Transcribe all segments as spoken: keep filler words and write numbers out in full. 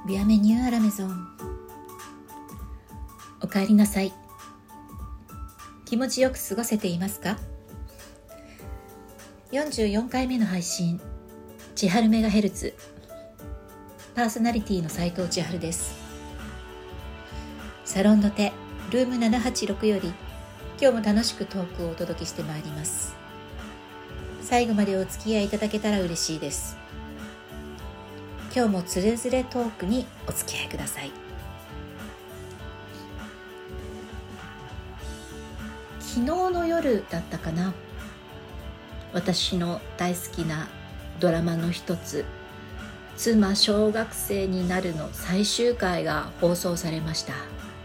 ビアメニューアラメゾン。おかえりなさい。気持ちよく過ごせていますか？よんじゅうよんかいめの配信、千春メガヘルツ。パーソナリティの斉藤千春です。サロンの手ルームななはちろくより、今日も楽しくトークをお届けしてまいります。最後までお付き合いいただけたら嬉しいです。今日もつれづれトークにお付き合いください。昨日の夜だったかな、私の大好きなドラマの一つ、妻小学生になるの最終回が放送されました。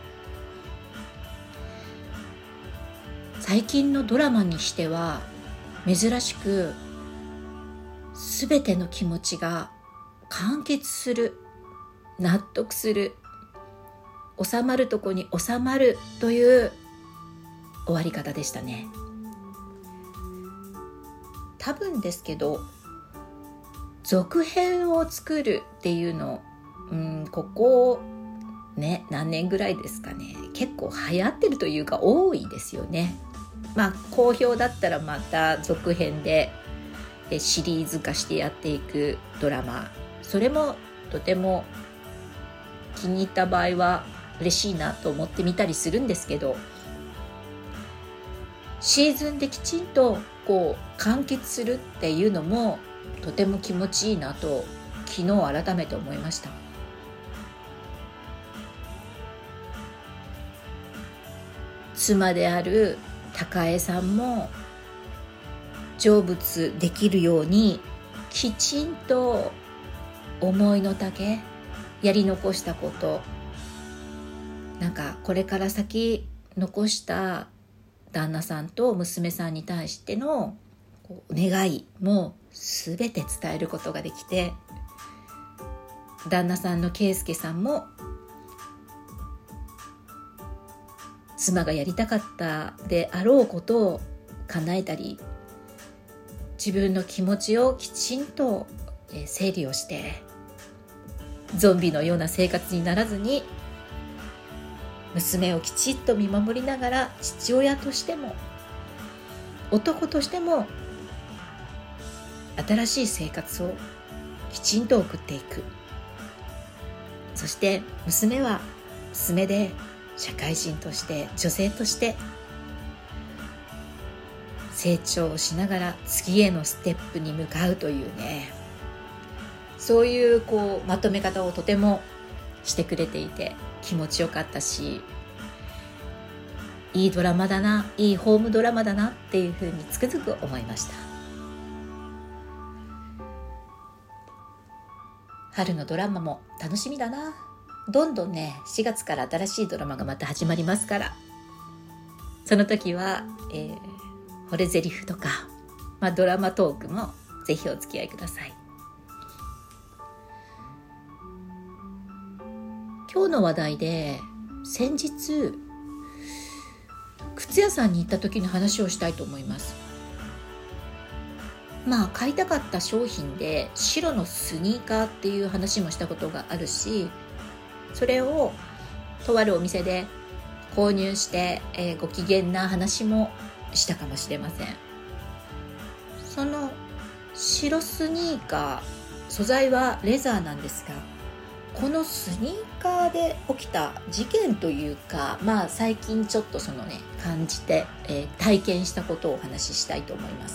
最近のドラマにしては珍しく、すべての気持ちが完結する、納得する、収まるとこに収まるという終わり方でしたね。多分ですけど、続編を作るっていうの、うん、ここね何年ぐらいですかね、結構流行ってるというか多いですよね。まあ好評だったらまた続編でシリーズ化してやっていくドラマ、それもとても気に入った場合は嬉しいなと思ってみたりするんですけど、シーズンできちんとこう完結するっていうのもとても気持ちいいなと昨日改めて思いました。妻である高江さんも成仏できるようにきちんと思いの丈、やり残したこと、なんかこれから先残した旦那さんと娘さんに対しての願いもすべて伝えることができて、旦那さんの圭介さんも妻がやりたかったであろうことを叶えたり、自分の気持ちをきちんと整理をしてゾンビのような生活にならずに、娘をきちっと見守りながら父親としても男としても新しい生活をきちんと送っていく。そして娘は娘で社会人として女性として成長しながら次へのステップに向かうというね、そういうこうまとめ方をとてもしてくれていて気持ちよかったし、いいドラマだな、いいホームドラマだなっていうふうにつくづく思いました。春のドラマも楽しみだな。どんどんねしがつから新しいドラマがまた始まりますから、その時は、えー、惚れ台詞とか、まあ、ドラマトークもぜひお付き合いください。今日の話題で、先日靴屋さんに行った時の話をしたいと思います。まあ買いたかった商品で白のスニーカーっていう話もしたことがあるし、それをとあるお店で購入して、えー、ご機嫌な話もしたかもしれません。その白スニーカー、素材はレザーなんですが、このスニーカーで起きた事件というか、まあ最近ちょっとそのね感じて、えー、体験したことをお話ししたいと思います。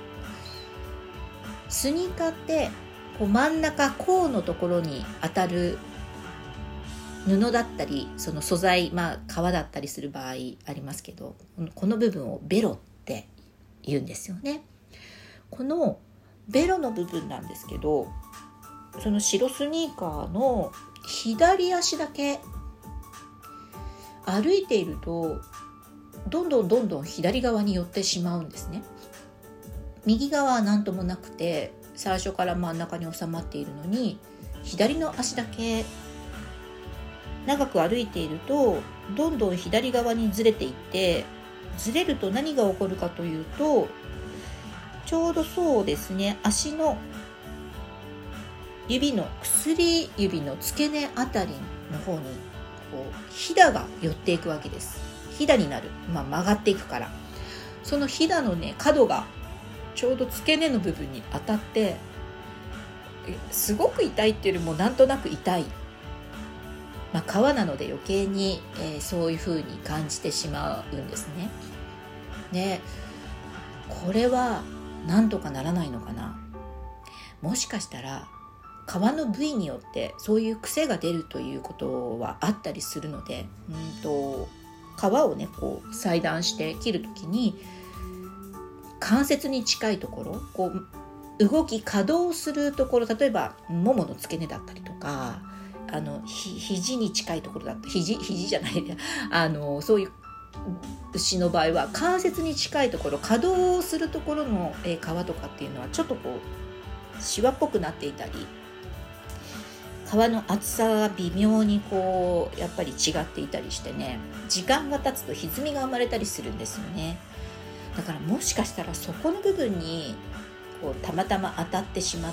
スニーカーってこう真ん中甲のところに当たる布だったり、その素材、まあ革だったりする場合ありますけど、この部分をベロって言うんですよね。このベロの部分なんですけど、その白スニーカーの左足だけ歩いているとどんどんどんどん左側に寄ってしまうんですね。右側は何ともなくて最初から真ん中に収まっているのに、左の足だけ長く歩いているとどんどん左側にずれていって、ずれると何が起こるかというと、ちょうどそうですね、足の指の薬指の付け根あたりの方にこうひだが寄っていくわけです。ひだになる、まあ、曲がっていくから、そのひだのね角がちょうど付け根の部分に当たって、すごく痛いっていうよりもなんとなく痛い、まあ、皮なので余計に、えー、そういう風に感じてしまうんですね。でこれはなんとかならないのかな。もしかしたら皮の部位によってそういう癖が出るということはあったりするので、うんと皮をねこう裁断して切るときに関節に近いところ、こう動き可動するところ、例えばももの付け根だったりとか、あのひ肘に近いところだった肘肘じゃないあのそういう牛の場合は関節に近いところ、可動するところの、えー、皮とかっていうのはちょっとこうシワっぽくなっていたり、皮の厚さが微妙にこうやっぱり違っていたりしてね、時間が経つと歪みが生まれたりするんですよね。だからもしかしたらそこの部分にこうたまたま当たってしまって、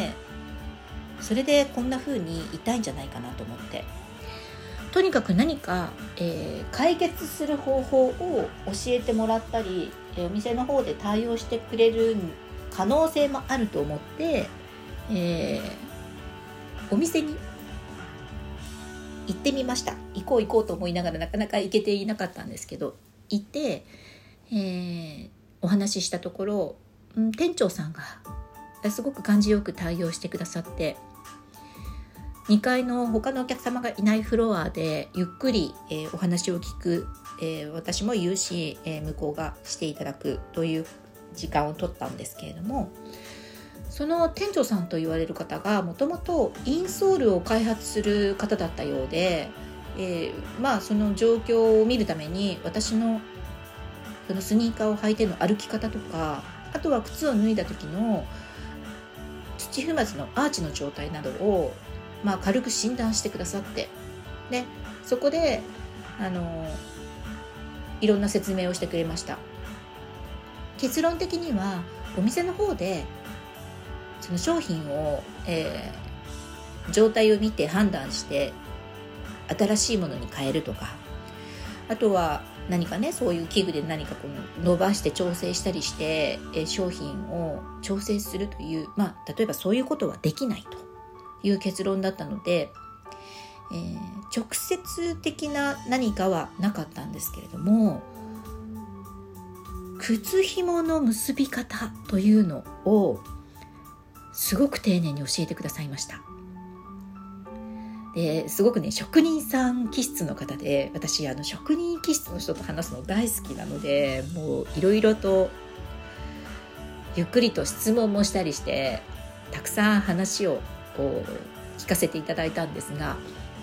それでこんな風に痛いんじゃないかなと思って、とにかく何か、えー、解決する方法を教えてもらったり、お店の方で対応してくれる可能性もあると思って、えー、お店に行ってみました。行こう行こうと思いながらなかなか行けていなかったんですけど、行って、えー、お話ししたところ、うん、店長さんがすごく感じよく対応してくださって、にかいの他のお客様がいないフロアでゆっくり、えー、お話を聞く、えー、私も言うし、えー、向こうがしていただくという時間を取ったんですけれども、その店長さんと言われる方がもともとインソールを開発する方だったようで、えー、まあその状況を見るために私のそのスニーカーを履いての歩き方とか、あとは靴を脱いだ時の土踏まずのアーチの状態などをまあ、軽く診断してくださって、でそこであのいろんな説明をしてくれました。結論的にはお店の方でその商品を、えー、状態を見て判断して新しいものに変えるとか、あとは何かねそういう器具で何かこう伸ばして調整したりして、えー、商品を調整するという、まあ、例えばそういうことはできないという結論だったので、えー、直接的な何かはなかったんですけれども、靴紐の結び方というのをすごく丁寧に教えてくださいました。ですごくね職人さん気質の方で、私あの職人気質の人と話すの大好きなので、もういろいろとゆっくりと質問もしたりしてたくさん話をを聞かせていただいたんですが、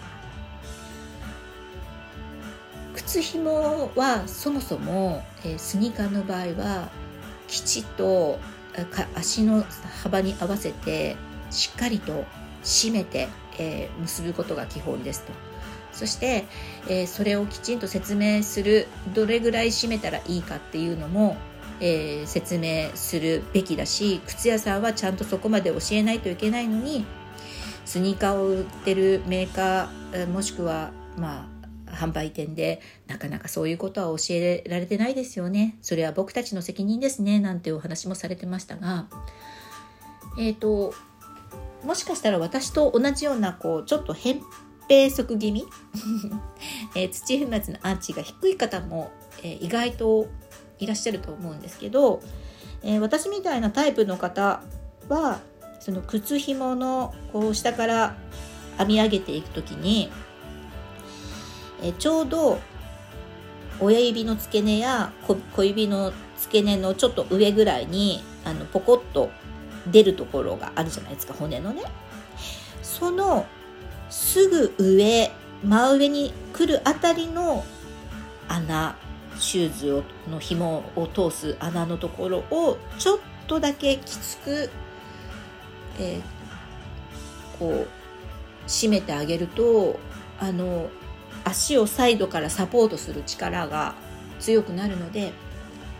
靴紐はそもそも、えー、スニーカーの場合はきちっと足の幅に合わせてしっかりと締めて、えー、結ぶことが基本ですと。そして、えー、それをきちんと説明する、どれぐらい締めたらいいかっていうのも、えー、説明するべきだし、靴屋さんはちゃんとそこまで教えないといけないのに、スニーカーを売ってるメーカーもしくはまあ販売店でなかなかそういうことは教えられてないですよね。それは僕たちの責任ですねなんてお話もされてましたが、えーともしかしたら私と同じようなこうちょっと扁平足気味、えー、土踏まずのアーチが低い方も、えー、意外といらっしゃると思うんですけど、えー、私みたいなタイプの方はその靴紐のこう下から編み上げていくときに、えちょうど親指の付け根や 小, 小指の付け根のちょっと上ぐらいにあのポコッと出るところがあるじゃないですか、骨のね。そのすぐ上真上に来るあたりの穴、シューズの紐を通す穴のところをちょっとだけきつくえー、こう締めてあげると、あの足をサイドからサポートする力が強くなるので、え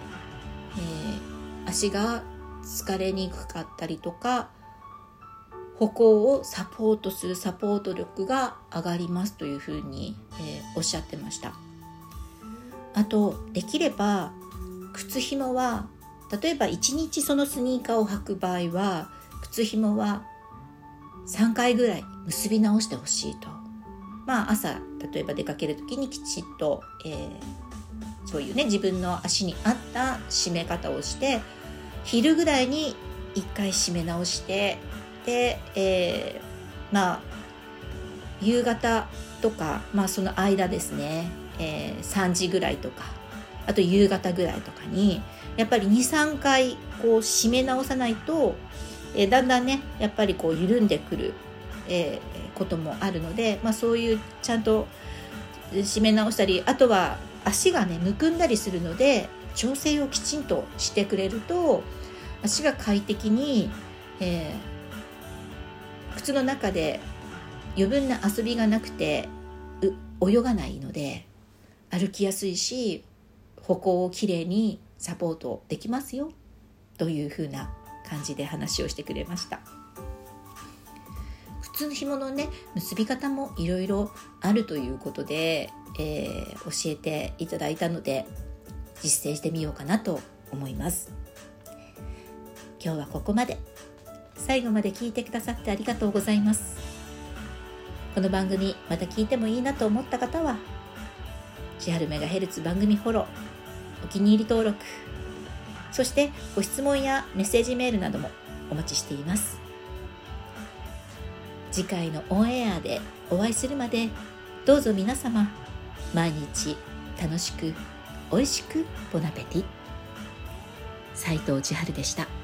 ー、足が疲れにくかったりとか歩行をサポートするサポート力が上がりますというふうに、えー、おっしゃってました。あとできれば靴ひもは例えばいちにちそのスニーカーを履く場合は靴ひもはさんかいぐらい結び直してほしいと。まあ朝例えば出かける時にきちっと、えー、そういうね自分の足に合った締め方をして昼ぐらいにいっかい締め直してで、えー、まあ夕方とか、まあ、その間ですね、えー、さんじぐらいとかあと夕方ぐらいとかにやっぱり にさんかいこう締め直さないと、えー、だんだんねやっぱりこう緩んでくる、えー、こともあるので、まあ、そういうちゃんと締め直したりあとは足がねむくんだりするので調整をきちんとしてくれると足が快適に、えー、靴の中で余分な遊びがなくて泳がないので歩きやすいし歩行をきれいにサポートできますよというふうな感じで話をしてくれました。靴の紐のね結び方もいろいろあるということで、えー、教えていただいたので実践してみようかなと思います。今日はここまで。最後まで聞いてくださってありがとうございます。この番組また聞いてもいいなと思った方は千春メガヘルツ番組フォロー、お気に入り登録、そしてご質問やメッセージメールなどもお待ちしています。次回のオンエアでお会いするまでどうぞ皆様毎日楽しくおいしくボナペティ。斉藤千春でした。